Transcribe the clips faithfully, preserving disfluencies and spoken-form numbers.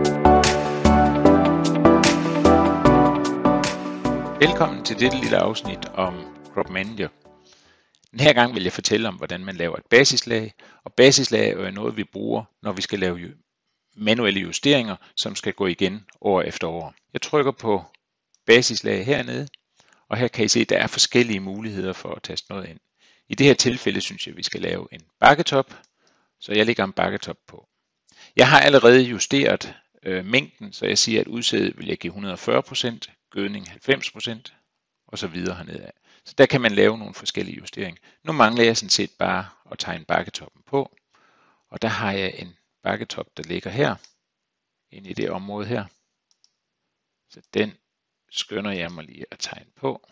Velkommen til dette lille afsnit om Crop Manager. Den her gang vil jeg fortælle om, hvordan man laver et basislag, og basislag er noget, vi bruger, når vi skal lave manuelle justeringer, som skal gå igen år efter år. Jeg trykker på basislag hernede, og her kan I se, at der er forskellige muligheder for at taste noget ind. I det her tilfælde synes jeg, at vi skal lave en bakketop, så jeg lægger en bakketop på. Jeg har allerede justeret øh, mængden, så jeg siger, at udsædet vil jeg give et hundrede og fyrre procent, gødning halvfems procent og så videre hernede af. Så der kan man lave nogle forskellige justeringer. Nu mangler jeg sådan set bare at tegne bakketoppen på, og der har jeg en bakketop, der ligger her, inde i det område her. Så den skynder jeg mig lige at tegne på.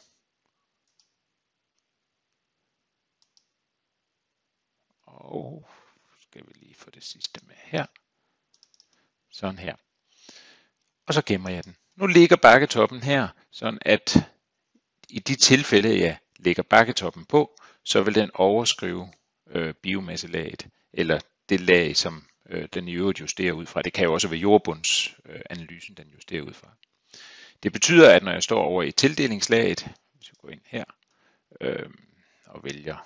Og skal vi lige få det sidste med her. Sådan her. Og så gemmer jeg den. Nu ligger bakketoppen her, sådan at i de tilfælde, jeg lægger bakketoppen på, så vil den overskrive øh, biomasselaget, eller det lag, som øh, den i øvrigt justerer ud fra. Det kan jo også være jordbundsanalysen, øh, den justerer ud fra. Det betyder, at når jeg står over i tildelingslaget, hvis jeg går ind her øh, og vælger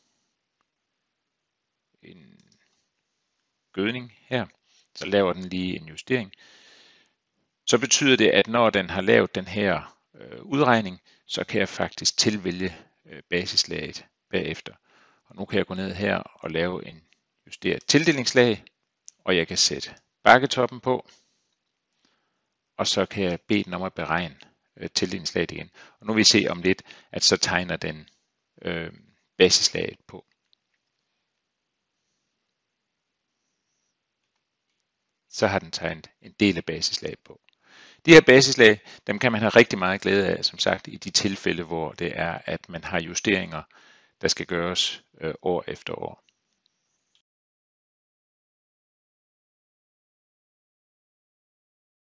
en gødning her, så laver den lige en justering. Så betyder det, at når den har lavet den her øh, udregning, så kan jeg faktisk tilvælge øh, basislaget bagefter. Og nu kan jeg gå ned her og lave en justeret tildelingslag, og jeg kan sætte bakketoppen på, og så kan jeg bede den om at beregne øh, tildelingslaget igen. Og nu vil vi se om lidt, at så tegner den øh, basislaget på. Så har den tegnet en del af basislaget på. De her basislag, dem kan man have rigtig meget glæde af, som sagt, i de tilfælde, hvor det er, at man har justeringer, der skal gøres øh, år efter år.